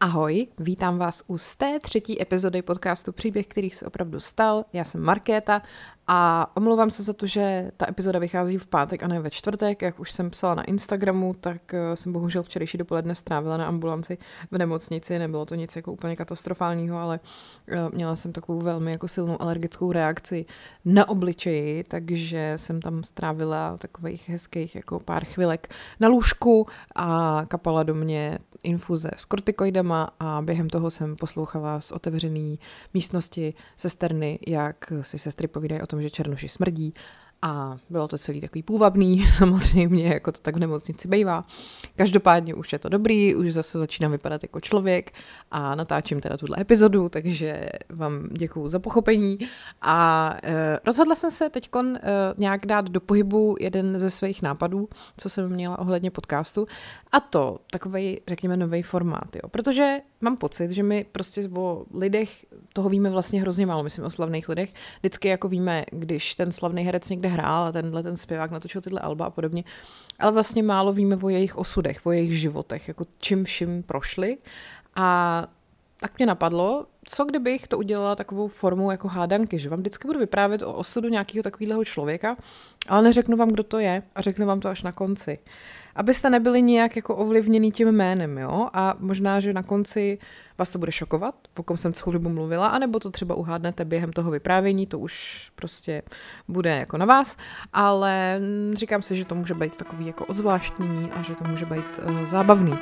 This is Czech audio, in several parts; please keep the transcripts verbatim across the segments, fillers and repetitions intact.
Ahoj, vítám vás u sté třetí epizody podcastu Příběh, který se opravdu stal. Já jsem Markéta a omlouvám se za to, že ta epizoda vychází v pátek a ne ve čtvrtek. Jak už jsem psala na Instagramu, tak jsem bohužel včerejší dopoledne strávila na ambulanci v nemocnici. Nebylo to nic jako úplně katastrofálního, ale měla jsem takovou velmi jako silnou alergickou reakci na obličeji, takže jsem tam strávila takových hezkých jako pár chvilek na lůžku a kapala do mě infuze s kortikoidama a během toho jsem poslouchala z otevřené místnosti sesterny, jak si sestry povídají o tom, že černoši smrdí a bylo to celý takový půvabný, samozřejmě, jako to tak v nemocnici bývá. Každopádně už je to dobrý, už zase začínám vypadat jako člověk a natáčím teda tuhle epizodu, takže vám děkuju za pochopení a e, rozhodla jsem se teďkon e, nějak dát do pohybu jeden ze svých nápadů, co jsem měla ohledně podcastu, a to takovej, řekněme, nový formát, jo, protože mám pocit, že my prostě o lidech toho víme vlastně hrozně málo, myslím o slavných lidech, vždycky jako víme, když ten slavný herec někde hrál a tenhle ten zpěvák natočil tyhle alba a podobně, ale vlastně málo víme o jejich osudech, o jejich životech, jako čím vším prošli. A tak mě napadlo, co kdybych to udělala takovou formou jako hádanky, že vám vždycky budu vyprávět o osudu nějakého takového člověka, ale neřeknu vám, kdo to je a řeknu vám to až na konci. Abyste nebyli nějak jako ovlivněný tím jménem, jo? A možná, že na konci vás to bude šokovat, o kom jsem celou dobu mluvila, anebo to třeba uhádnete během toho vyprávění, to už prostě bude jako na vás, ale říkám si, že to může být takový jako ozvláštnění a že to může být uh, zábavný.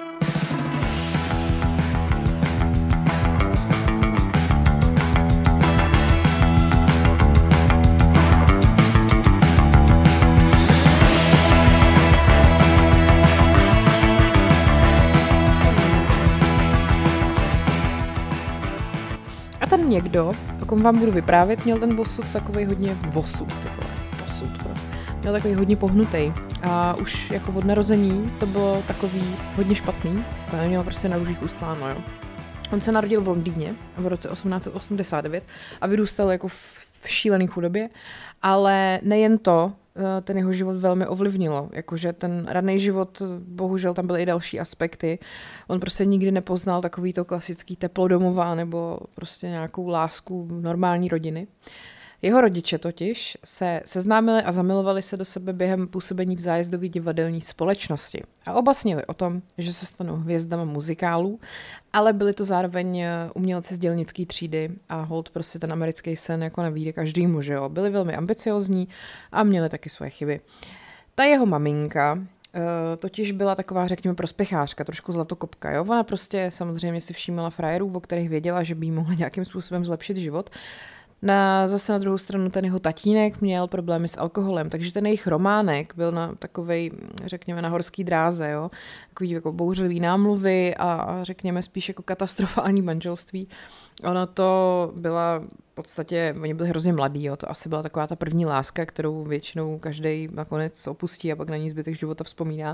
Ten někdo, o kom vám budu vyprávět, měl ten osud takovej hodně osud, tyhle, osud, měl takový hodně pohnutej a už jako od narození to bylo takový hodně špatný, ale neměl prostě na růžích ustláno, jo. On se narodil v Londýně v roce osmnáct set osmdesát devět a vyrůstal jako v šílený chudobě, ale nejen to, ten jeho život velmi ovlivnilo, jakože ten raný život, bohužel tam byly i další aspekty. On prostě nikdy nepoznal takový to klasický teplo domova nebo prostě nějakou lásku normální rodiny. Jeho rodiče totiž se seznámili a zamilovali se do sebe během působení v zájezdové divadelní společnosti. A oba snili o tom, že se stanou hvězdama muzikálů, ale byli to zároveň umělci z dělnické třídy a holt prostě ten americký sen jako nevyjde každému, že jo. Byli velmi ambiciozní a měli taky svoje chyby. Ta jeho maminka totiž byla taková, řekněme, prospěchářka, trošku zlatokopka, jo. Ona prostě samozřejmě si všímala frajerů, o kterých věděla, že by jí mohla nějakým způsobem zlepšit život. Na, zase na druhou stranu ten jeho tatínek měl problémy s alkoholem, takže ten jejich románek byl na takovej, řekněme, na horský dráze, jo, takový jako bouřlivý námluvy a, a řekněme spíš jako katastrofální manželství. Ono to byla v podstatě, oni byli hrozně mladí, jo, to asi byla taková ta první láska, kterou většinou každý nakonec opustí a pak na ní zbytek života vzpomíná.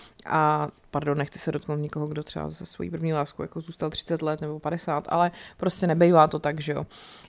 A pardon, nechci se dotknout nikoho, kdo třeba ze svojí první lásku jako zůstal třicet let nebo padesát, ale prostě nebejvá to tak, že jo.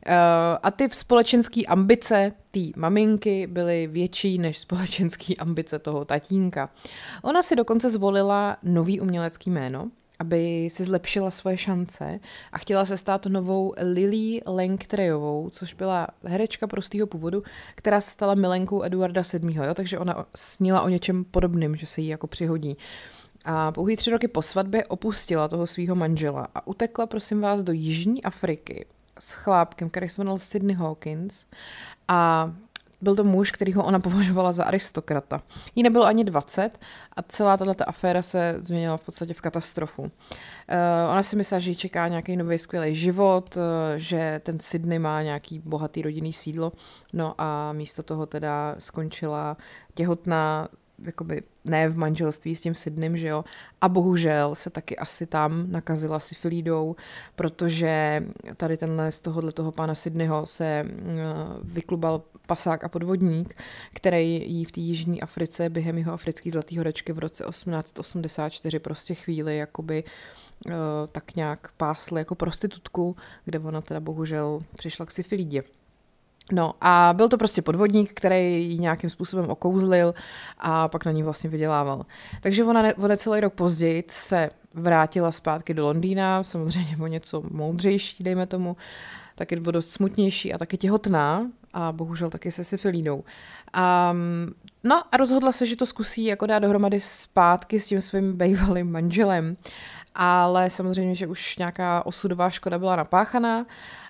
A ty společenský ambice té maminky byly větší než společenský ambice toho tatínka. Ona si dokonce zvolila nový umělecký jméno, aby si zlepšila svoje šance a chtěla se stát novou Lily Langtreyovou, což byla herečka prostého původu, která se stala milenkou Eduarda sedmého. Jo? Takže ona snila o něčem podobným, že se jí jako přihodí. A pouhý tři roky po svatbě opustila toho svého manžela a utekla, prosím vás, do Jižní Afriky s chlápkem, který se jmenoval Sidney Hawkins a byl to muž, kterýho ona považovala za aristokrata. Jí nebylo ani dvacet a celá tato aféra se změnila v podstatě v katastrofu. Uh, ona si myslela, že jí čeká nějaký nový skvělý život, uh, že ten Sidney má nějaký bohatý rodinný sídlo, no a místo toho teda skončila těhotná, jakoby ne v manželství s tím Sidneym, že jo, a bohužel se taky asi tam nakazila syfilídou, protože tady tenhle z tohohle toho pána Sidneyho se vyklubal pasák a podvodník, který jí v té Jižní Africe během jeho africké zlatý horečky v roce osmnáct set osmdesát čtyři prostě chvíli jakoby uh, tak nějak pásl jako prostitutku, kde ona teda bohužel přišla k syfilídě. No a byl to prostě podvodník, který ji nějakým způsobem okouzlil a pak na ní vlastně vydělával. Takže ona, ne, ona celý rok později se vrátila zpátky do Londýna, samozřejmě o něco moudřejší, dejme tomu, taky bylo dost smutnější a taky těhotná a bohužel taky se syfilídou. A, no a rozhodla se, že to zkusí jako dát dohromady zpátky s tím svým bývalým manželem, ale samozřejmě, že už nějaká osudová škoda byla napáchaná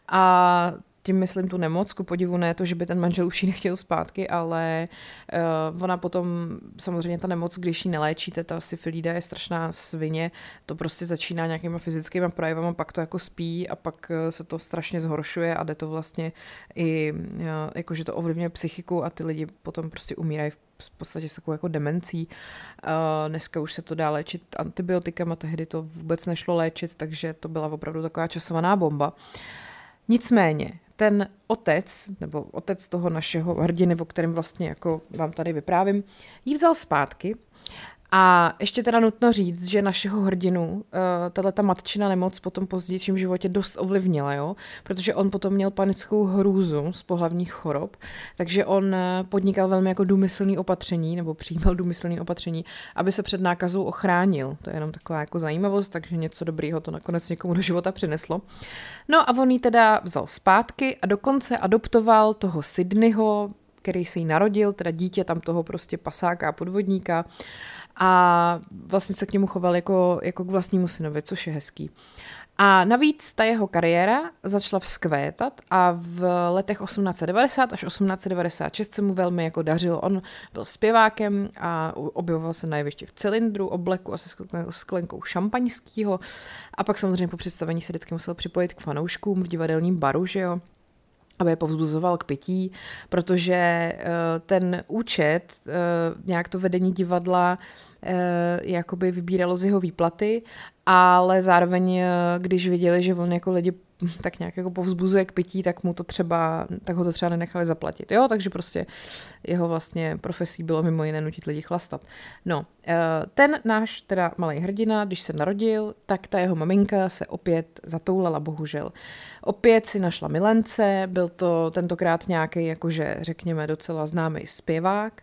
a tím myslím tu nemoc, ku podivu ne to, že by ten manžel už ji nechtěl zpátky, ale uh, ona potom, samozřejmě ta nemoc, když ji neléčíte, ta syfilída je strašná svině, to prostě začíná nějakýma fyzickými projevama, pak to jako spí a pak uh, se to strašně zhoršuje a jde to vlastně i, uh, jakože to ovlivňuje psychiku a ty lidi potom prostě umírají v podstatě s takovou jako demencí. Uh, dneska už se to dá léčit antibiotikama, tehdy to vůbec nešlo léčit, takže to byla opravdu taková časovaná bomba. Nicméně, ten otec, nebo otec toho našeho hrdiny, o kterém vlastně jako vám tady vyprávím, ji vzal zpátky a ještě teda nutno říct, že našeho hrdinu tato matčina nemoc potom pozdějším životě dost ovlivnila, jo? Protože on potom měl panickou hrůzu z pohlavních chorob, takže on podnikal velmi jako důmyslný opatření, nebo přijímal důmyslný opatření, aby se před nákazou ochránil. To je jenom taková jako zajímavost, takže něco dobrýho to nakonec někomu do života přineslo. No a on ji teda vzal zpátky a dokonce adoptoval toho Sydneyho, který se jí narodil, teda dítě tam toho prostě pasáka a podvodníka, a vlastně se k němu choval jako, jako k vlastnímu synovi, což je hezký. A navíc ta jeho kariéra začala vzkvétat a v letech osmnáct set devadesát až osmnáct set devadesát šest se mu velmi jako dařilo. On byl zpěvákem a objevoval se na jevišti v cylindru, obleku a se sklenkou šampaňského. A pak samozřejmě po představení se vždycky musel připojit k fanouškům v divadelním baru, že jo, aby je povzbuzoval k pití, protože uh, ten účet, uh, nějak to vedení divadla uh, jakoby vybíralo z jeho výplaty, ale zároveň, uh, když viděli, že on jako lidi tak nějak jako povzbuzuje k pití, tak mu to třeba, tak ho to třeba nenechali zaplatit. Jo, takže prostě jeho vlastně profesí bylo mimo jiné nutit lidi chlastat. No, ten náš teda malý hrdina, když se narodil, tak ta jeho maminka se opět zatoulala, bohužel. Opět si našla milence, byl to tentokrát nějaký, jakože řekněme, docela známý zpěvák.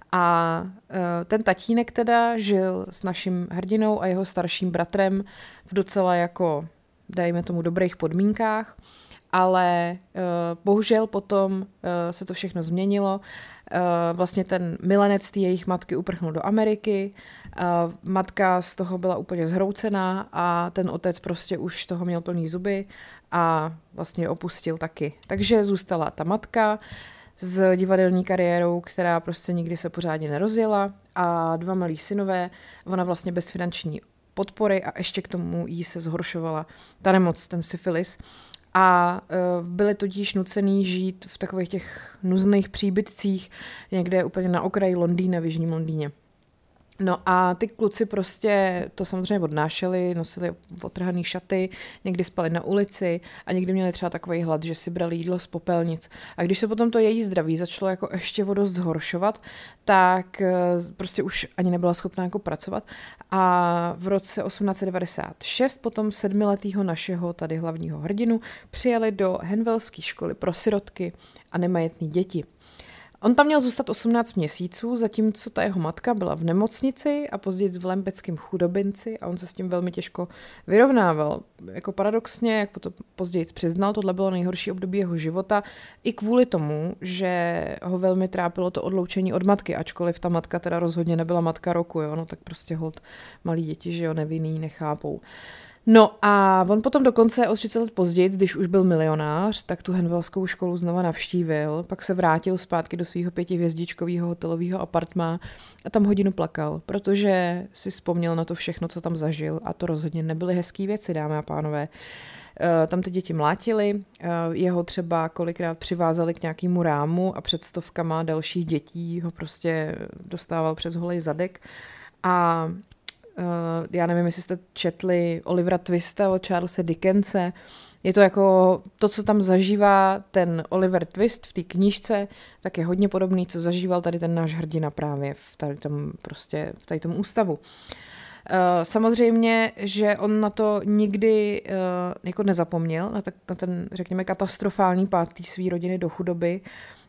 A ten tatínek teda žil s naším hrdinou a jeho starším bratrem v docela jako, dejme tomu, dobrých podmínkách, ale uh, bohužel potom uh, se to všechno změnilo. Uh, vlastně ten milenec té jejich matky uprchnul do Ameriky, uh, matka z toho byla úplně zhroucená a ten otec prostě už toho měl plný zuby a vlastně opustil taky. Takže zůstala ta matka s divadelní kariérou, která prostě nikdy se pořádně nerozjela, a dva malí synové, ona vlastně bez finanční podpory a ještě k tomu jí se zhoršovala ta nemoc, ten syfilis. A uh, byli tudíž nucený žít v takových těch nuzných příbytcích někde úplně na okraji Londýna, v jižním Londýně. No a ty kluci prostě to samozřejmě odnášeli, nosili otrhaný šaty, někdy spali na ulici a někdy měli třeba takový hlad, že si brali jídlo z popelnic. A když se potom to její zdraví začalo jako ještě o dost zhoršovat, tak prostě už ani nebyla schopná jako pracovat. A v roce osmnáct set devadesát šest potom sedmiletýho našeho tady hlavního hrdinu přijeli do Henwellské školy pro sirotky a nemajetné děti. On tam měl zůstat osmnáct měsíců, zatímco ta jeho matka byla v nemocnici a později v lembeckém chudobinci a on se s tím velmi těžko vyrovnával. Jako paradoxně, jak to později přiznal, tohle bylo nejhorší období jeho života i kvůli tomu, že ho velmi trápilo to odloučení od matky, ačkoliv ta matka teda rozhodně nebyla matka roku, jo, no tak prostě holt malí děti, že jo, nevinný, nechápou. No a on potom dokonce o třicet let později, když už byl milionář, tak tu Henwellskou školu znova navštívil, pak se vrátil zpátky do svého pětihvězdičkového hotelového apartmá a tam hodinu plakal, protože si vzpomněl na to všechno, co tam zažil, a to rozhodně nebyly hezký věci, dámy a pánové. Tam ty děti mlátili, jeho třeba kolikrát přivázali k nějakému rámu a před stovkama dalších dětí ho prostě dostával přes holej zadek. A Uh, já nevím, jestli jste četli Olivera Twista od Charlesa Dickense. Je to jako to, co tam zažívá ten Oliver Twist v té knížce, tak je hodně podobný, co zažíval tady ten náš hrdina právě v tady tom, prostě, v tady tom ústavu. Samozřejmě, že on na to nikdy uh, jako nezapomněl, na, ta, na ten, řekněme, katastrofální pád té své rodiny do chudoby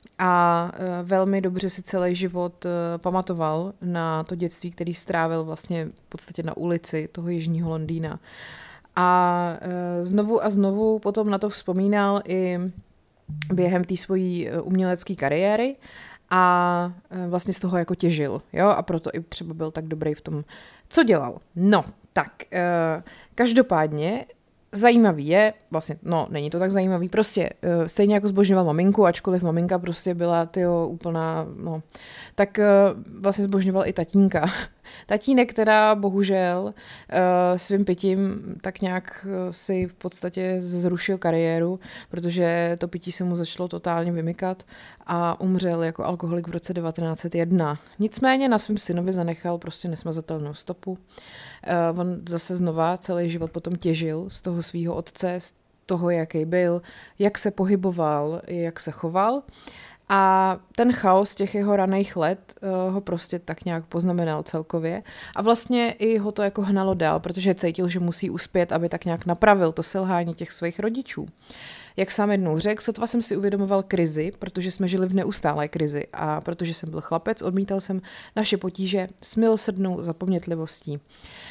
a uh, velmi dobře si celý život uh, pamatoval na to dětství, který strávil vlastně v podstatě na ulici toho jižního Londýna. A uh, znovu a znovu potom na to vzpomínal i během té svojí umělecké kariéry a uh, vlastně z toho jako těžil, jo, a proto i třeba byl tak dobrý v tom, co dělal. No, tak, uh, každopádně zajímavý je, vlastně, no, není to tak zajímavý, prostě uh, stejně jako zbožňoval maminku, ačkoliv maminka prostě byla, tyjo, úplná, no, tak uh, vlastně zbožňoval i tatínka. Tatínek, která bohužel uh, svým pitím tak nějak uh, si v podstatě zrušil kariéru, protože to pití se mu začalo totálně vymykat a umřel jako alkoholik v roce devatenáct set jedna. Nicméně na svém synovi zanechal prostě nesmazatelnou stopu. Uh, on zase znova celý život potom těžil z toho svého otce, z toho, jaký byl, jak se pohyboval, jak se choval. A ten chaos těch jeho raných let uh, ho prostě tak nějak poznamenal celkově. A vlastně i ho to jako hnalo dál, protože cítil, že musí uspět, aby tak nějak napravil to selhání těch svých rodičů. Jak sám jednou řekl, sotva jsem si uvědomoval krizi, protože jsme žili v neustálé krizi a protože jsem byl chlapec, odmítal jsem naše potíže s milosrdnou zapomnětlivostí.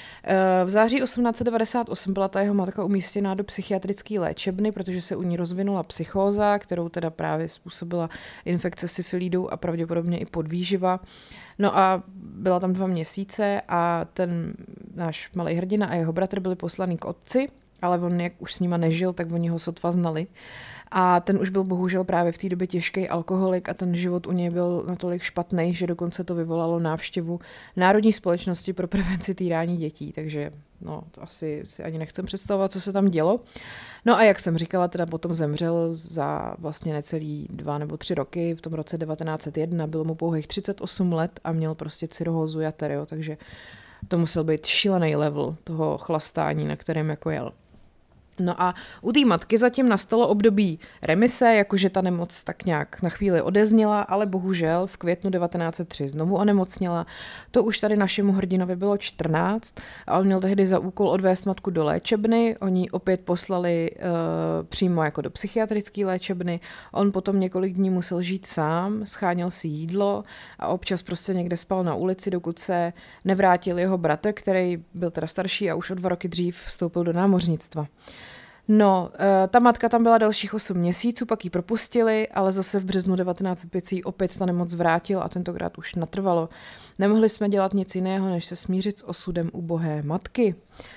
V září osmnáct set devadesát osm byla ta jeho matka umístěná do psychiatrické léčebny, protože se u ní rozvinula psychóza, kterou teda právě způsobila infekce syfilidou a pravděpodobně i podvýživa. No a byla tam dva měsíce a ten náš malý hrdina a jeho bratr byli poslaný k otci, ale on jak už s nima nežil, tak oni ho sotva znali. A ten už byl bohužel právě v té době těžký alkoholik a ten život u něj byl natolik špatný, že dokonce to vyvolalo návštěvu Národní společnosti pro prevenci týrání dětí, takže no, to asi si ani nechcem představovat, co se tam dělo. No a jak jsem říkala, teda potom zemřel za vlastně necelý dva nebo tři roky, v tom roce devatenáct set jedna, bylo mu pouhých třicet osm let a měl prostě cirhózu jater, jo, takže to musel být šílený level toho chlastání, na kterém jako jel. No a u té matky zatím nastalo období remise, jakože ta nemoc tak nějak na chvíli odezněla, ale bohužel v květnu devatenáct set tři znovu onemocněla. To už tady našemu hrdinovi bylo čtrnáct a on měl tehdy za úkol odvést matku do léčebny. Oni opět poslali uh, přímo jako do psychiatrické léčebny. On potom několik dní musel žít sám, scháněl si jídlo a občas prostě někde spal na ulici, dokud se nevrátil jeho bratr, který byl teda starší a už o dva roky dřív vstoupil do námořnictva. No, ta matka tam byla dalších osm měsíců, pak ji propustili, ale zase v březnu devatenáct set pět si opět ta nemoc vrátila a tentokrát už natrvalo. Nemohli jsme dělat nic jiného, než se smířit s osudem ubohé matky.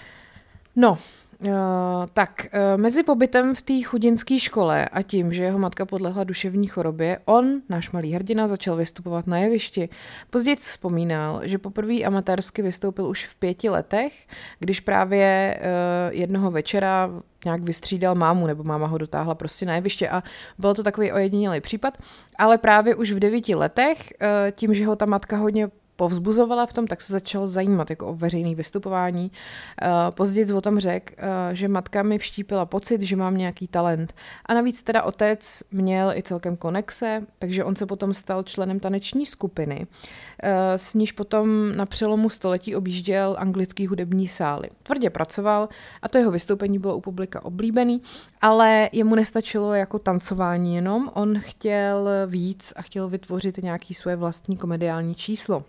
No, Uh, tak, uh, mezi pobytem v té chudinské škole a tím, že jeho matka podlehla duševní chorobě, on, náš malý hrdina, začal vystupovat na jevišti. Později vzpomínal, že poprvé amatérsky vystoupil už v pěti letech, když právě uh, jednoho večera nějak vystřídal mámu, nebo máma ho dotáhla prostě na jeviště a bylo to takový ojedinělý případ, ale právě už v devíti letech, uh, tím, že ho ta matka hodně povzbuzovala v tom, tak se začal zajímat jako o veřejné vystupování. Později o tom řekl, že matka mi vštípila pocit, že mám nějaký talent. A navíc teda otec měl i celkem konexe, takže on se potom stal členem taneční skupiny, s níž potom na přelomu století objížděl anglický hudební sály. Tvrdě pracoval a to jeho vystoupení bylo u publika oblíbený, ale jemu nestačilo jako tancování jenom, on chtěl víc a chtěl vytvořit nějaký svoje vlastní komediální číslo.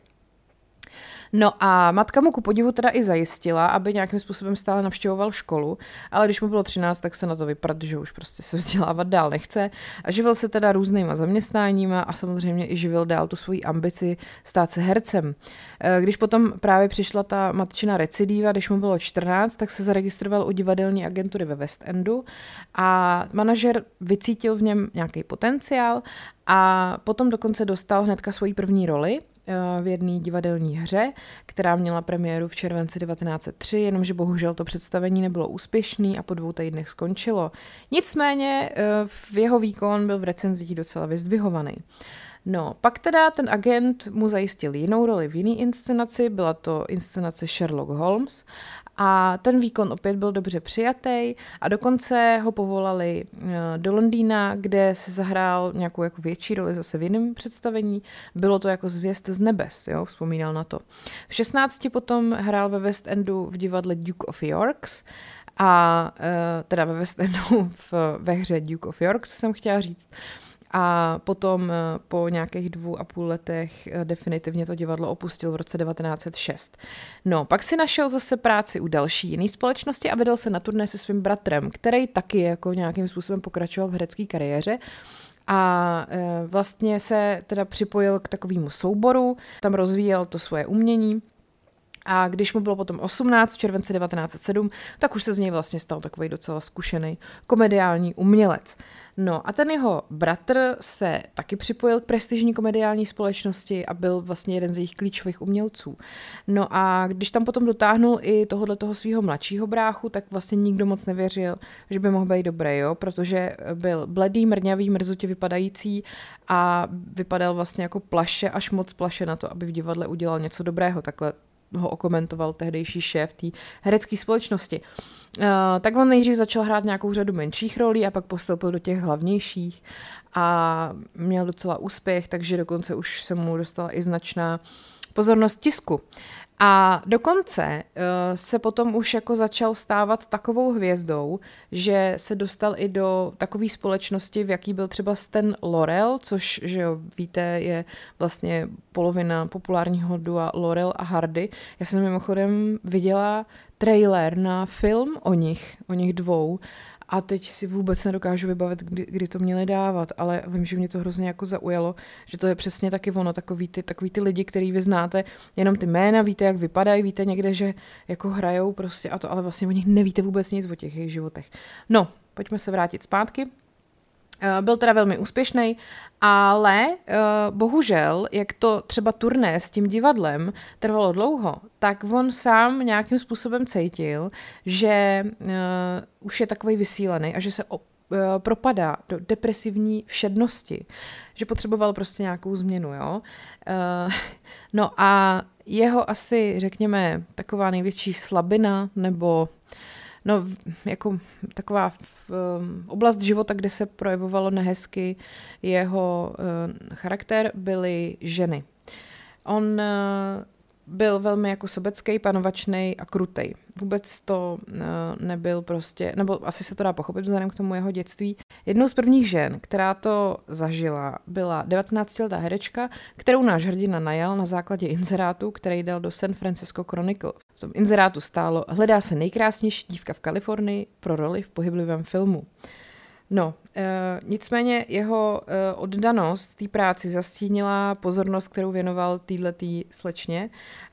No a matka mu ku podivu teda i zajistila, aby nějakým způsobem stále navštěvoval školu, ale když mu bylo třináct, tak se na to vyprat, že už prostě se vzdělávat dál nechce a živil se teda různýma zaměstnáníma a samozřejmě i živil dál tu svoji ambici stát se hercem. Když potom právě přišla ta matčina recidiva, když mu bylo čtrnáct, tak se zaregistroval u divadelní agentury ve West Endu a manažer vycítil v něm nějaký potenciál a potom dokonce dostal hnedka svoji první roli v jedné divadelní hře, která měla premiéru v červenci devatenáct set tři, jenomže bohužel to představení nebylo úspěšný a po dvou týdnech skončilo. Nicméně v jeho výkon byl v recenzích docela vyzdvihovaný. No, pak teda ten agent mu zajistil jinou roli v jiné inscenaci, byla to inscenace Sherlock Holmes a ten výkon opět byl dobře přijatý a dokonce ho povolali do Londýna, kde si zahrál nějakou jako větší roli zase v jiném představení. Bylo to jako Zvěst z nebes, jo, vzpomínal na to. V šestnácti potom hrál ve West Endu v divadle Duke of Yorks a teda ve West Endu v, ve hře Duke of Yorks jsem chtěla říct. A potom po nějakých dvou a půl letech definitivně to divadlo opustil v roce devatenáct set šest. No, pak si našel zase práci u další jiné společnosti a vydal se na turné se svým bratrem, který taky jako nějakým způsobem pokračoval v herecké kariéře. A e, vlastně se teda připojil k takovému souboru, tam rozvíjel to svoje umění. A když mu bylo potom osmnáct v červenci devatenáct set sedm, tak už se z něj vlastně stal takový docela zkušený komediální umělec. No a ten jeho bratr se taky připojil k prestižní komediální společnosti a byl vlastně jeden z jejich klíčových umělců. No a když tam potom dotáhnul i tohohle toho svého mladšího bráchu, tak vlastně nikdo moc nevěřil, že by mohl být dobrý, jo, protože byl bledý, mrňavý, mrzutě vypadající a vypadal vlastně jako plaše, až moc plaše na to, aby v divadle udělal něco dobrého, takhle ho okomentoval tehdejší šéf té herecké společnosti. Uh, tak on nejdřív začal hrát nějakou řadu menších rolí a pak postoupil do těch hlavnějších a měl docela úspěch, takže dokonce už se mu dostala i značná pozornost tisku. A dokonce uh, se potom už jako začal stávat takovou hvězdou, že se dostal i do takové společnosti, v jaký byl třeba Stan Laurel, což, že jo, víte, je vlastně polovina populárního dua Laurel a Hardy. Já jsem mimochodem viděla trailer na film o nich, o nich dvou, a teď si vůbec nedokážu vybavit, kdy, kdy to měli dávat, ale vím, že mě to hrozně jako zaujalo, že to je přesně taky ono, takový ty, takový ty lidi, který vy znáte, jenom ty jména, víte, jak vypadají, víte někde, že jako hrajou prostě a to, ale vlastně o nich nevíte vůbec nic o těch jejich životech. No, pojďme se vrátit zpátky. Byl teda velmi úspěšný, ale uh, bohužel, jak to třeba turné s tím divadlem trvalo dlouho, tak on sám nějakým způsobem cítil, že uh, už je takovej vysílený a že se op, uh, propadá do depresivní všednosti, že potřeboval prostě nějakou změnu, jo. Uh, no a jeho asi, řekněme, taková největší slabina nebo no, jako taková um, oblast života, kde se projevovalo nehezky jeho uh, charakter, byly ženy. On uh, byl velmi jako sobecký, panovačnej a krutej. Vůbec to uh, nebyl prostě, nebo asi se to dá pochopit vzhledem k tomu jeho dětství. Jednou z prvních žen, která to zažila, byla devatenáctiletá herečka, kterou náš hrdina najal na základě inzerátu, který dal do San Francisco Chronicle. V tom inzerátu stálo: hledá se nejkrásnější dívka v Kalifornii pro roli v pohyblivém filmu. No, e, nicméně jeho e, oddanost té práci zastínila pozornost, kterou věnoval týhletý slečně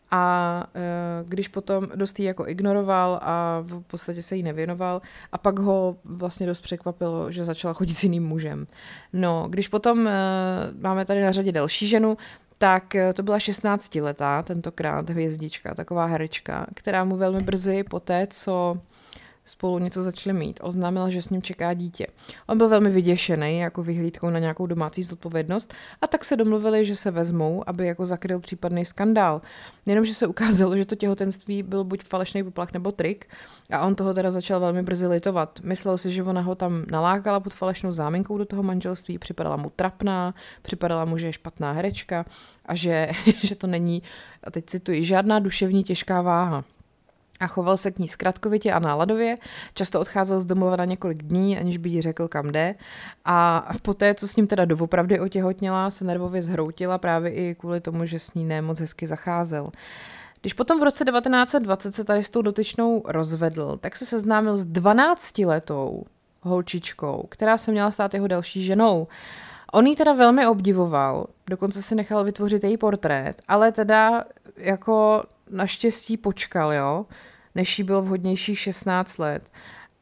a e, když potom dost jí jako ignoroval a v podstatě se jí nevěnoval a pak ho vlastně dost překvapilo, že začala chodit s jiným mužem. No, když potom e, máme tady na řadě další ženu, tak to byla šestnáctiletá, tentokrát hvězdička, taková herečka, která mu velmi brzy poté, co spolu něco začali mít, oznámila, že s ním čeká dítě. On byl velmi vyděšený, jako vyhlídkou na nějakou domácí zodpovědnost, a tak se domluvili, že se vezmou, aby jako zakryl případný skandál. Jenomže se ukázalo, že to těhotenství byl buď falešný poplach nebo trik, a on toho teda začal velmi brzy litovat. Myslel si, že ona ho tam nalákala pod falešnou záminkou do toho manželství, připadala mu trapná, připadala mu, že je špatná herečka a že, že to není, a teď cituji, žádná duševní těžká váha. A choval se k ní zkratkovitě a náladově, často odcházel z domova na několik dní, aniž by jí řekl, kam jde. A poté, co s ním teda doopravdy otěhotněla, se nervově zhroutila právě i kvůli tomu, že s ní nemoc hezky zacházel. Když potom v roce devatenáct set dvacet se tady s tou dotyčnou rozvedl, tak se seznámil s dvanáctiletou holčičkou, která se měla stát jeho další ženou. On ji teda velmi obdivoval, dokonce si nechal vytvořit její portrét, ale teda jako naštěstí počkal, jo, než jí bylo vhodnějších šestnáct let.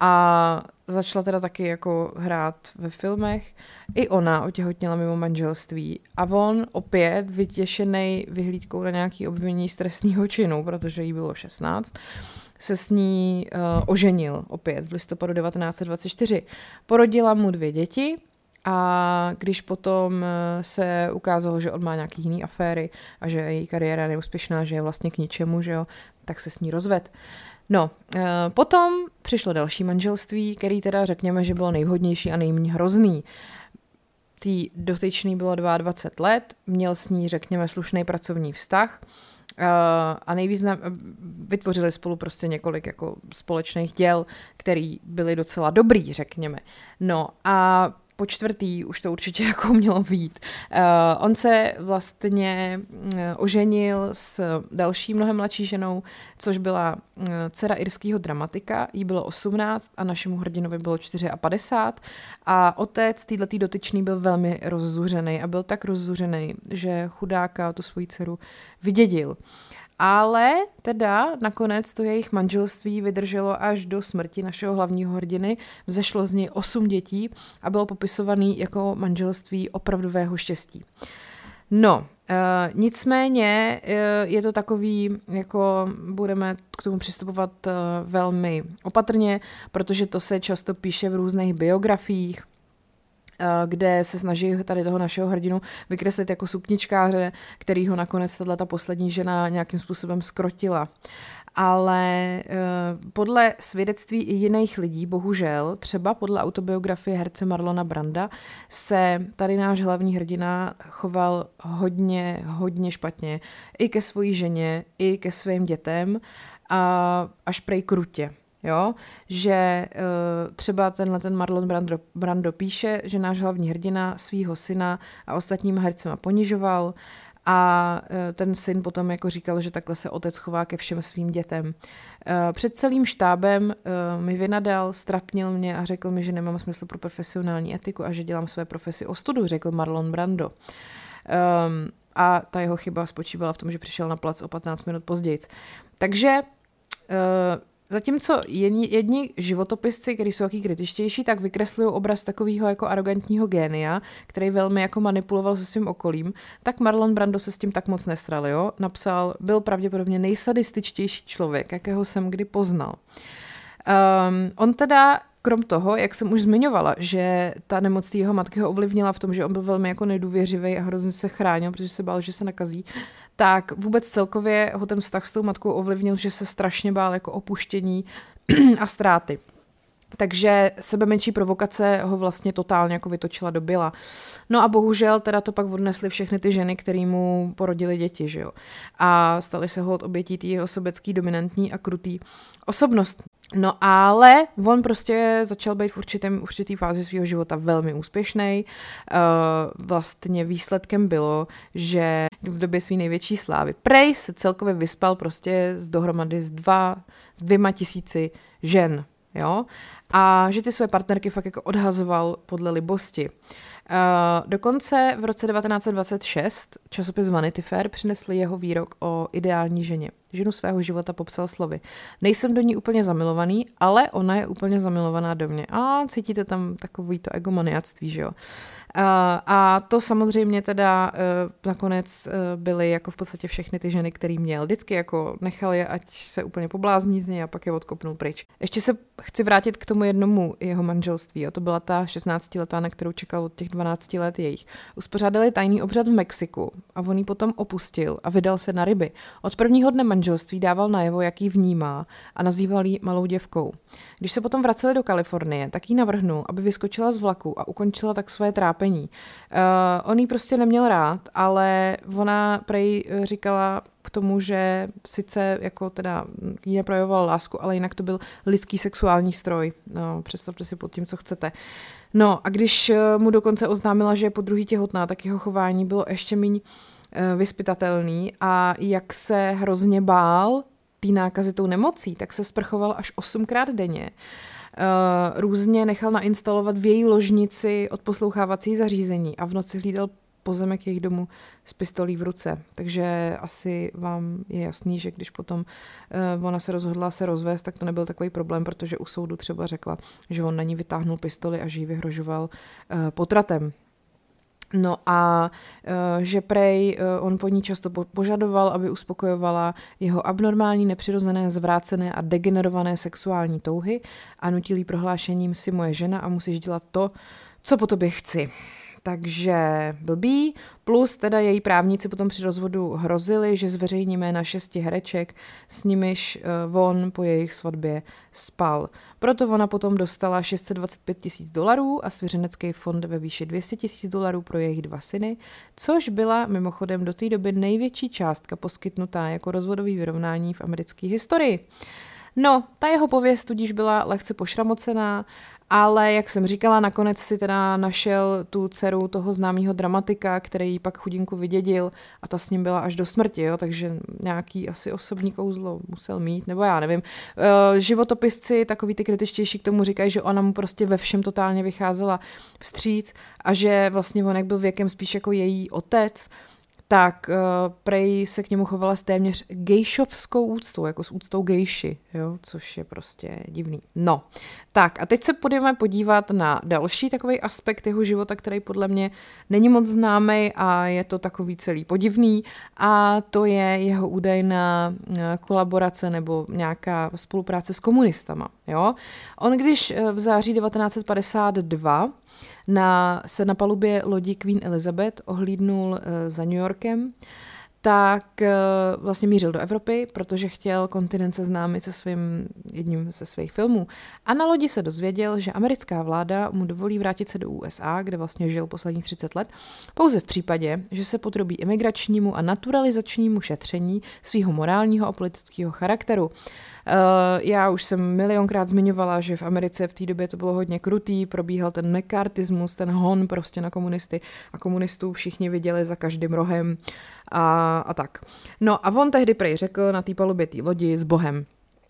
A začala teda taky jako hrát ve filmech. I ona otěhotněla mimo manželství. A on opět vytěšený vyhlídkou na nějaký obvinění z trestného činu, protože jí bylo šestnáct, se s ní uh, oženil opět v listopadu devatenáct set dvacet čtyři. Porodila mu dvě děti A když potom se ukázalo, že on má nějaký jiný aféry a že její kariéra je neúspěšná, že je vlastně k ničemu, že jo, tak se s ní rozved. No, potom přišlo další manželství, který teda řekněme, že bylo nejvhodnější a nejméně hrozný. Tý dotyčný bylo dvacet dva let, měl s ní, řekněme, slušný pracovní vztah a nejvýznam, vytvořili spolu prostě několik jako společných děl, které byly docela dobrý, řekněme. No a po čtvrtý už to určitě jako mělo být. Uh, on se vlastně uh, oženil s další mnohem mladší ženou, což byla uh, dcera irského dramatika, jí bylo osmnáct a našemu hrdinovi bylo padesát čtyři a otec týhletý dotyčný byl velmi rozzuřený a byl tak rozzuřený, že chudáka tu svoji dceru vydědil. Ale teda nakonec to jejich manželství vydrželo až do smrti našeho hlavního hrdiny, vzešlo z něj osm dětí a bylo popisovaný jako manželství opravdového štěstí. No, e, nicméně e, je to takový, jako budeme k tomu přistupovat e, velmi opatrně, protože to se často píše v různých biografiích, kde se snaží tady toho našeho hrdinu vykreslit jako sukničkáře, který ho nakonec tato poslední žena nějakým způsobem skrotila. Ale e, podle svědectví i jiných lidí, bohužel, třeba podle autobiografie herce Marlona Branda, se tady náš hlavní hrdina choval hodně, hodně špatně. I ke svojí ženě, i ke svým dětem a až prej krutě. Jo, že uh, třeba tenhle ten Marlon Brando, Brando píše, že náš hlavní hrdina svýho syna a ostatníma hercema ponižoval a uh, ten syn potom jako říkal, že takhle se otec chová ke všem svým dětem. Uh, před celým štábem uh, mi vynadal, strapnil mě a řekl mi, že nemám smysl pro profesionální etiku a že dělám své profesi ostudu, řekl Marlon Brando. Um, a ta jeho chyba spočívala v tom, že přišel na plac o patnáct minut později. Takže uh, zatímco jedni, jedni životopisci, kteří jsou jaký kritičtější, tak vykreslují obraz takového jako arrogantního génia, který velmi jako manipuloval se svým okolím, tak Marlon Brando se s tím tak moc nesral, jo? Napsal, byl pravděpodobně nejsadističtější člověk, jakého jsem kdy poznal. Um, on teda, krom toho, jak jsem už zmiňovala, že ta nemoc jeho matky ho ovlivnila v tom, že on byl velmi jako nedůvěřivý a hrozně se chránil, protože se bál, že se nakazí, tak vůbec celkově ho ten vztah s tou matkou ovlivnil, že se strašně bál jako opuštění a ztráty. Takže sebemenší provokace ho vlastně totálně jako vytočila do byla. No a bohužel teda to pak odnesly všechny ty ženy, který mu porodily děti, že jo. A staly se ho od obětí té jeho sobecký, dominantní a krutý osobnost. No ale on prostě začal být v určitém, určitý fázi svého života velmi úspěšný. Uh, vlastně výsledkem bylo, že v době své největší slávy prej se celkově vyspal prostě z dohromady z, dva, z dvěma tisíci žen, jo. A že ty své partnerky fakt jako odhazoval podle libosti. Uh, dokonce v roce devatenáct set dvacet šest časopis Vanity Fair přinesl jeho výrok o ideální ženě. Ženu svého života popsal slovy. Nejsem do ní úplně zamilovaný, ale ona je úplně zamilovaná do mě. A cítíte tam takový to egomaniactví, že jo. Uh, a to samozřejmě teda uh, nakonec uh, byly jako v podstatě všechny ty ženy, který měl. Vždycky jako nechal je, ať se úplně poblázní z něj a pak je odkopnul pryč. Ještě se chci vrátit k tomu jednomu jeho manželství. A to byla ta šestnáctiletá, na kterou čekal od těch dvanácti let jejich. Uspořádali tajný obřad v Mexiku a on ji potom opustil a vydal se na ryby. Od prvního dne manželství dával najevo, jak ji vnímá a nazýval ji malou děvkou. Když se potom vraceli do Kalifornie, tak jí navrhnul, aby vyskočila z vlaku a ukončila tak své trápení. Uh, on jí prostě neměl rád, ale ona prej říkala k tomu, že sice jako teda jí neprojevoval lásku, ale jinak to byl lidský sexuální stroj. No, představte si pod tím, co chcete. No a když mu dokonce oznámila, že je po druhý těhotná, tak jeho chování bylo ještě méně uh, vyzpytatelný a jak se hrozně bál té nákazy tou nemocí, tak se sprchoval až osmkrát denně. Uh, různě nechal nainstalovat v její ložnici odposlouchávací zařízení a v noci hlídal pozemek jejich domu s pistolí v ruce. Takže asi vám je jasný, že když potom uh, ona se rozhodla se rozvést, tak to nebyl takový problém, protože u soudu třeba řekla, že on na ní vytáhnul pistoli a že jí vyhrožoval uh, potratem. No a uh, že prej uh, on po ní často požadoval, aby uspokojovala jeho abnormální, nepřirozené, zvrácené a degenerované sexuální touhy a nutil jí prohlášením si moje žena a musíš dělat to, Co po tobě chci? Takže blbý, plus teda její právníci potom při rozvodu hrozili, že zveřejní jména šesti hereček, s nimiž uh, on po jejich svatbě spal. Proto ona potom dostala šest set dvacet pět tisíc dolarů a svěřenecký fond ve výši dvě stě tisíc dolarů pro jejich dva syny, což byla mimochodem do té doby největší částka poskytnutá jako rozvodový vyrovnání v americké historii. No, ta jeho pověst tudíž byla lehce pošramocená, ale jak jsem říkala, nakonec si teda našel tu dceru toho známého dramatika, který ji pak chudinku vydědil a ta s ním byla až do smrti, jo, takže nějaký asi osobní kouzlo musel mít, nebo já nevím. E, životopisci, takový ty kritičtější k tomu říkají, že ona mu prostě ve všem totálně vycházela vstříc a že vlastně on jak byl věkem spíš jako její otec, tak uh, prej se k němu chovala s téměř gejšovskou úctou, jako s úctou gejši, jo, což je prostě divný. No, tak a teď se půjdeme podívat na další takový aspekt jeho života, který podle mě není moc známý a je to takový celý podivný a to je jeho údajná kolaborace nebo nějaká spolupráce s komunistama, jo. On když v září devatenáct set padesát dva Na, se na palubě lodi Queen Elizabeth ohlídnul uh, za New Yorkem, tak uh, vlastně mířil do Evropy, protože chtěl kontinent seznámit se svým, jedním ze svých filmů. A na lodi se dozvěděl, že americká vláda mu dovolí vrátit se do U S A, kde vlastně žil posledních třicet let, pouze v případě, že se podrobí imigračnímu a naturalizačnímu šetření svého morálního a politického charakteru. Uh, já už jsem milionkrát zmiňovala, že v Americe v té době to bylo hodně krutý, probíhal ten mekartismus, ten hon prostě na komunisty a komunistů všichni viděli za každým rohem a, a tak. No a on tehdy prej řekl na té palubě té lodi s Bohem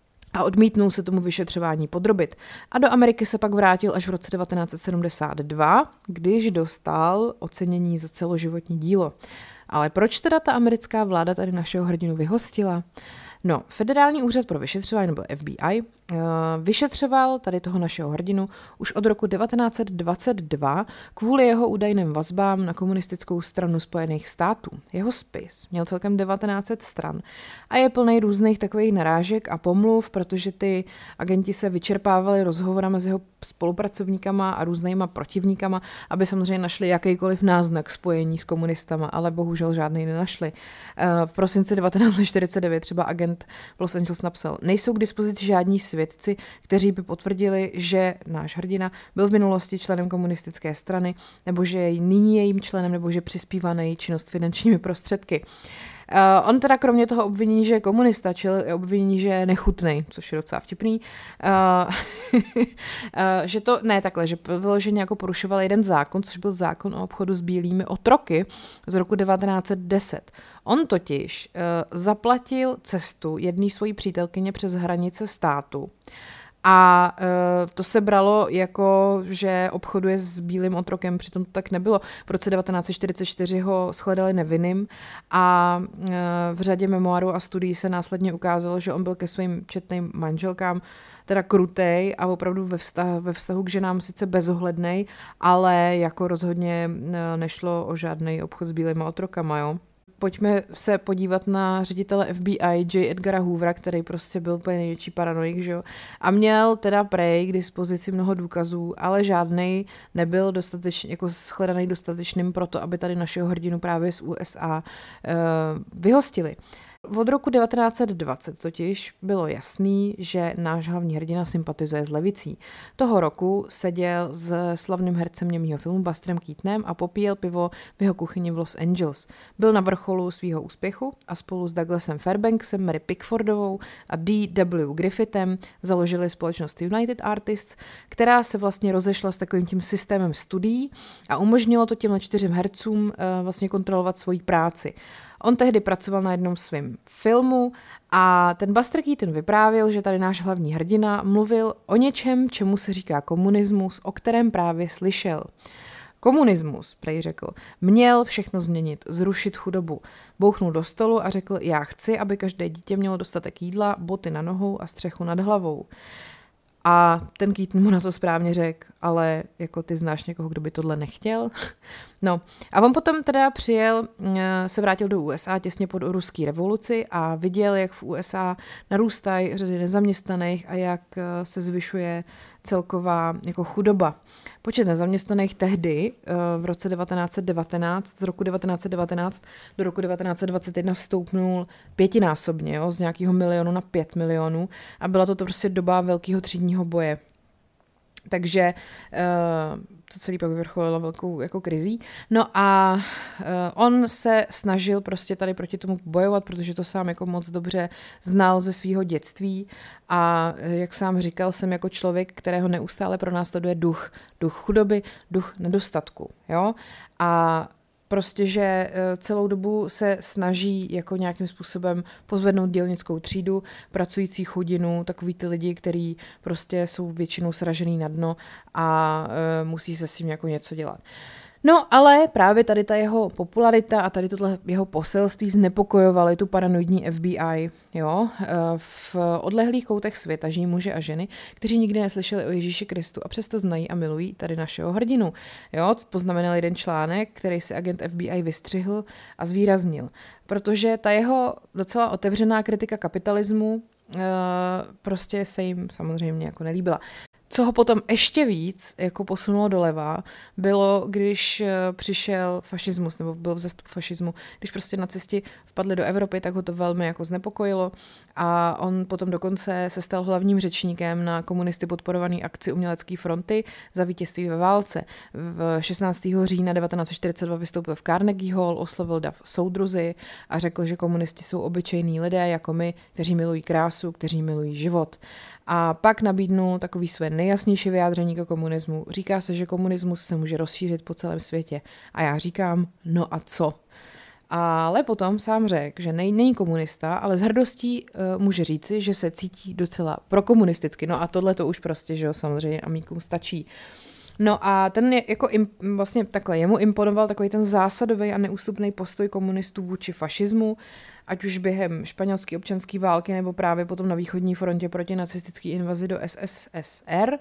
a odmítnul se tomu vyšetřování podrobit. A do Ameriky se pak vrátil až v roce devatenáct set sedmdesát dva, když dostal ocenění za celoživotní dílo. Ale proč teda ta americká vláda tady našeho hrdinu vyhostila? No, Federální úřad pro vyšetřování, nebo F B I, vyšetřoval tady toho našeho hrdinu už od roku devatenáct set dvacet dva kvůli jeho údajným vazbám na komunistickou stranu Spojených států. Jeho spis měl celkem devatenáct set stran a je plný různých takových narážek a pomluv, protože ty agenti se vyčerpávali rozhovorama s jeho spolupracovníkama a různýma protivníkama, aby samozřejmě našli jakýkoliv náznak spojení s komunistama, ale bohužel žádný nenašli. V prosinci devatenáct set čtyřicet devět třeba agent v Los Angeles napsal: nejsou k dispozici žádní svědci, kteří by potvrdili, že náš hrdina byl v minulosti členem komunistické strany, nebo že je nyní jejím členem, nebo že přispívá na její činnost finančními prostředky. Uh, on teda kromě toho obvinění, že je komunista, čili obvinění, že je nechutnej, což je docela vtipný, uh, uh, že to, ne takhle, že vyloženě jako porušoval jeden zákon, což byl zákon o obchodu s bílými otroky z roku devatenáct set deset. On totiž uh, zaplatil cestu jedné svojí přítelkyně přes hranice státu. A uh, to se bralo jako, že obchoduje s bílým otrokem, přitom to tak nebylo. V roce devatenáct set čtyřicet čtyři ho shledali nevinným a uh, v řadě memoárů a studií se následně ukázalo, že on byl ke svým četným manželkám teda krutej a opravdu ve vztahu, ve vztahu k ženám sice bezohlednej, ale jako rozhodně nešlo o žádný obchod s bílýma otrokama, jo. Pojďme se podívat na ředitele F B I J. Edgara Hoovera, který prostě byl úplně největší paranoik, že jo. A měl teda prej k dispozici mnoho důkazů, ale žádnej nebyl dostatečně, jako shledaný dostatečným pro to, aby tady našeho hrdinu právě z U S A uh, vyhostili. Od roku devatenáct set dvacet totiž bylo jasný, že náš hlavní hrdina sympatizuje s levicí. Toho roku seděl s slavným hercem němýho filmu Busterem Keatonem a popíjel pivo v jeho kuchyni v Los Angeles. Byl na vrcholu svého úspěchu a spolu s Douglasem Fairbanksem, Mary Pickfordovou a D W Griffithem založili společnost United Artists, která se vlastně rozešla s takovým tím systémem studií a umožnilo to těmhle čtyřem hercům uh, vlastně kontrolovat svoji práci. On tehdy pracoval na jednom svém filmu a ten Buster Keaton vyprávěl, že tady náš hlavní hrdina mluvil o něčem, čemu se říká komunismus, o kterém právě slyšel. Komunismus, prej řekl, měl všechno změnit, zrušit chudobu. Bouchnul do stolu a řekl: já chci, aby každé dítě mělo dostatek jídla, boty na nohou a střechu nad hlavou. A ten Keaton mu na to správně řekl: ale jako ty znáš někoho, kdo by tohle nechtěl? No a on potom teda přijel, se vrátil do U S A těsně po ruské revoluci a viděl, jak v U S A narůstají řady nezaměstnaných a jak se zvyšuje celková jako chudoba. Počet nezaměstnaných tehdy v roce devatenáct set devatenáct, z roku devatenáct set devatenáct do roku devatenáct set dvacet jedna stoupnul pětinásobně, jo, z nějakého milionu na pět milionů a byla to, to prostě doba velkého třídního boje. Takže uh, to celé pak vyvrcholilo velkou jako krizí. No a uh, on se snažil prostě tady proti tomu bojovat, protože to sám jako moc dobře znal ze svého dětství a jak sám říkal, jsem jako člověk, kterého neustále pronásleduje duch, duch chudoby, duch nedostatku, jo, a prostě, že celou dobu se snaží jako nějakým způsobem pozvednout dělnickou třídu, pracující chudinu, takový ty lidi, kteří prostě jsou většinou sražený na dno a e, musí se s tím jako něco dělat. No ale právě tady ta jeho popularita a tady tohle jeho poselství znepokojovaly tu paranoidní F B I. Jo? V odlehlých koutech světa žijí muži a ženy, kteří nikdy neslyšeli o Ježíši Kristu a přesto znají a milují tady našeho hrdinu. Jo? Poznamenal jeden článek, který si agent F B I vystřihl a zvýraznil. Protože ta jeho docela otevřená kritika kapitalismu prostě se jim samozřejmě jako nelíbila. Co ho potom ještě víc jako posunulo doleva, bylo, když přišel fašismus, nebo byl vzestup fašismu, když prostě nacisti vpadli do Evropy, tak ho to velmi jako znepokojilo a on potom dokonce se stal hlavním řečníkem na komunisty podporovaný akci Umělecké fronty za vítězství ve válce. V šestnáctého října devatenáct set čtyřicet dva vystoupil v Carnegie Hall, oslovil dav soudruzy a řekl, že komunisti jsou obyčejní lidé jako my, kteří milují krásu, kteří milují život. A pak nabídnul takový své nejjasnější vyjádření ke komunismu. Říká se, že komunismus se může rozšířit po celém světě. A já říkám, no a co? Ale potom sám řekl, že nej, není komunista, ale s hrdostí uh, může říci, že se cítí docela prokomunisticky. No a tohle to už prostě, že jo, samozřejmě amíkům stačí. No a ten je, jako im, vlastně takhle, jemu imponoval takový ten zásadový a neústupný postoj komunistů vůči fašismu, ať už během španělské občanské války nebo právě potom na východní frontě proti nacistické invazi do S S S R.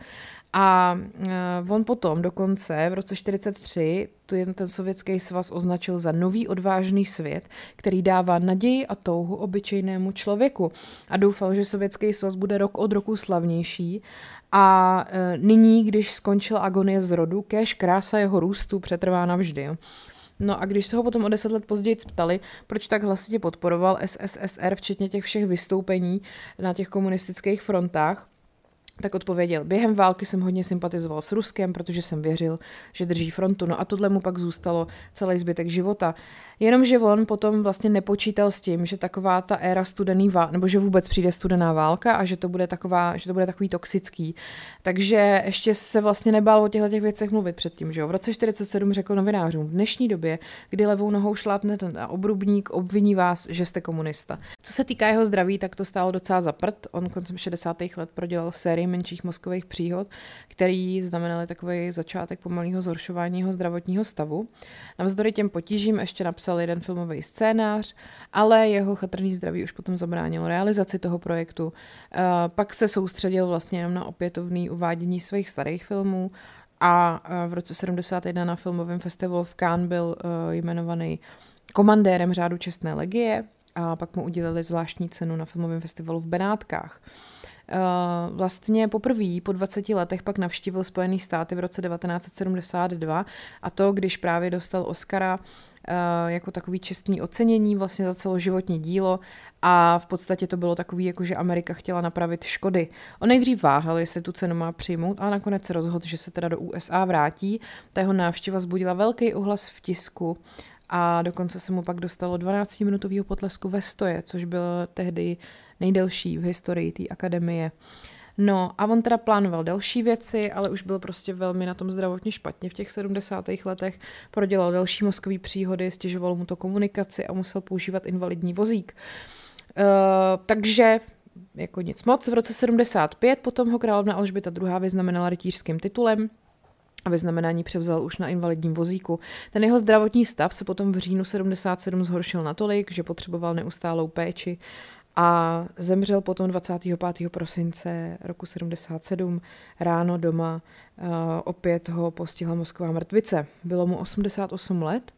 A uh, on potom dokonce v roce čtyřicet tři ten, ten sovětský svaz označil za nový odvážný svět, který dává naději a touhu obyčejnému člověku. A doufal, že sovětský svaz bude rok od roku slavnější. A uh, nyní, když skončila agonie z rodu, kéž krása jeho růstu přetrvá navždy. Jo. No a když se ho potom o deset let později ptali, proč tak hlasitě podporoval S S S R, včetně těch všech vystoupení na těch komunistických frontách, tak odpověděl, během války jsem hodně sympatizoval s Ruskem, protože jsem věřil, že drží frontu. No a tohle mu pak zůstalo celý zbytek života. Jenomže on potom vlastně nepočítal s tím, že taková ta éra studený války, nebo že vůbec přijde studená válka a že to bude taková, že to bude takový toxický. Takže ještě se vlastně nebál o těchto těch věcech mluvit předtím, že jo. V roce čtyřicet sedm řekl novinářům, v dnešní době, kdy levou nohou šlápnete na obrubník, obviní vás, že jste komunista. Co se týká jeho zdraví, tak to stálo docela za prd. On koncem šedesátých let prodělal sérii menších mozkových příhod, který znamenaly takový začátek pomalého zhoršování jeho zdravotního stavu. Navzdory těm potížím ještě napsal jeden filmový scénář, ale jeho chatrný zdraví už potom zabránilo realizaci toho projektu. Uh, pak se soustředil vlastně jenom na opětovné uvádění svých starých filmů a uh, v roce sedmdesát jedna na filmovém festivalu v Cannes byl uh, jmenovaný komandérem řádu čestné legie a pak mu udělili zvláštní cenu na filmovém festivalu v Benátkách. Uh, vlastně poprvé po dvaceti letech pak navštívil Spojené státy v roce devatenáct set sedmdesát dva a to, když právě dostal Oscara uh, jako takový čestný ocenění vlastně za celoživotní dílo a v podstatě to bylo takový, jako že Amerika chtěla napravit škody. On nejdřív váhal, jestli tu cenu má přijmout a nakonec se rozhodl, že se teda do U S A vrátí. Ta jeho návštěva vzbudila velký ohlas v tisku a dokonce se mu pak dostalo dvanáctiminutového potlesku ve stoje, což bylo tehdy nejdelší v historii té akademie. No a on teda plánoval další věci, ale už byl prostě velmi na tom zdravotně špatně v těch sedmdesátých letech. Prodělal další mozkové příhody, stěžovalo mu to komunikaci a musel používat invalidní vozík. Uh, takže jako nic moc. V roce sedmdesát pět potom ho královna Alžběta druhá. vyznamenala rytířským titulem a vyznamenání převzal už na invalidním vozíku. Ten jeho zdravotní stav se potom v říjnu sedmdesát sedm zhoršil natolik, že potřeboval neustálou péči a zemřel potom dvacátého pátého prosince roku sedmdesát sedm ráno doma. Uh, opět ho postihla mozková mrtvice. Bylo mu osmdesát osm let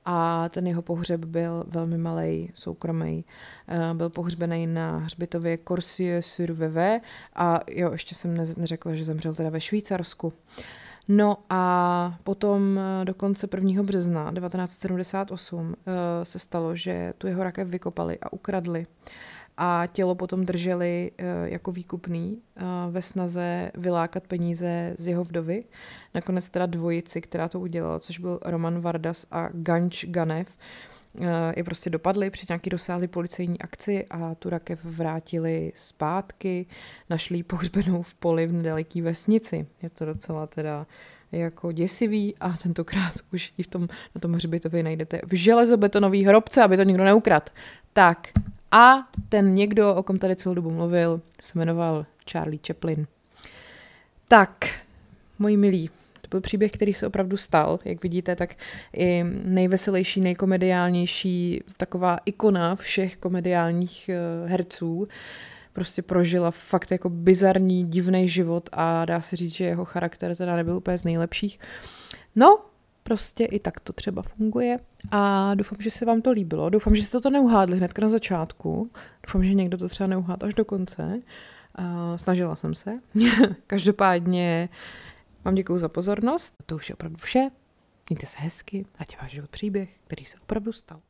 a ten jeho pohřeb byl velmi malej, soukromý. Byl pohřbený na hřbitově Corsieux-sur-Vevey a jo, ještě jsem neřekla, že zemřel teda ve Švýcarsku. No a potom dokonce prvního března devatenáct set sedmdesát osm se stalo, že tu jeho rakev vykopali a ukradli. A tělo potom drželi jako výkupný ve snaze vylákat peníze z jeho vdovy. Nakonec teda dvojici, která to udělala, což byl Roman Vardas a Ganč Ganev, je prostě dopadli při nějaký rozsáhlý policejní akci a tu rakev vrátili zpátky, našli ji pohřbenou v poli v nedaleký vesnici. Je to docela teda jako děsivý a tentokrát už i v tom, na tom hřbitově najdete v železobetonové hrobce, aby to nikdo neukradl. Tak a ten někdo, o kom tady celou dobu mluvil, se jmenoval Charlie Chaplin. Tak, moji milí, to byl příběh, který se opravdu stal. Jak vidíte, tak i nejveselější, nejkomediálnější, taková ikona všech komediálních herců prostě prožila fakt jako bizarní, divný život a dá se říct, že jeho charakter teda nebyl úplně z nejlepších. No, prostě i tak to třeba funguje a doufám, že se vám to líbilo. Doufám, že jste to neuhádli hned na začátku. Doufám, že někdo to třeba neuhád až do konce. Uh, snažila jsem se. Každopádně vám děkuju za pozornost. To už je opravdu vše. Mějte se hezky, ať je váš život příběh, který se opravdu stal.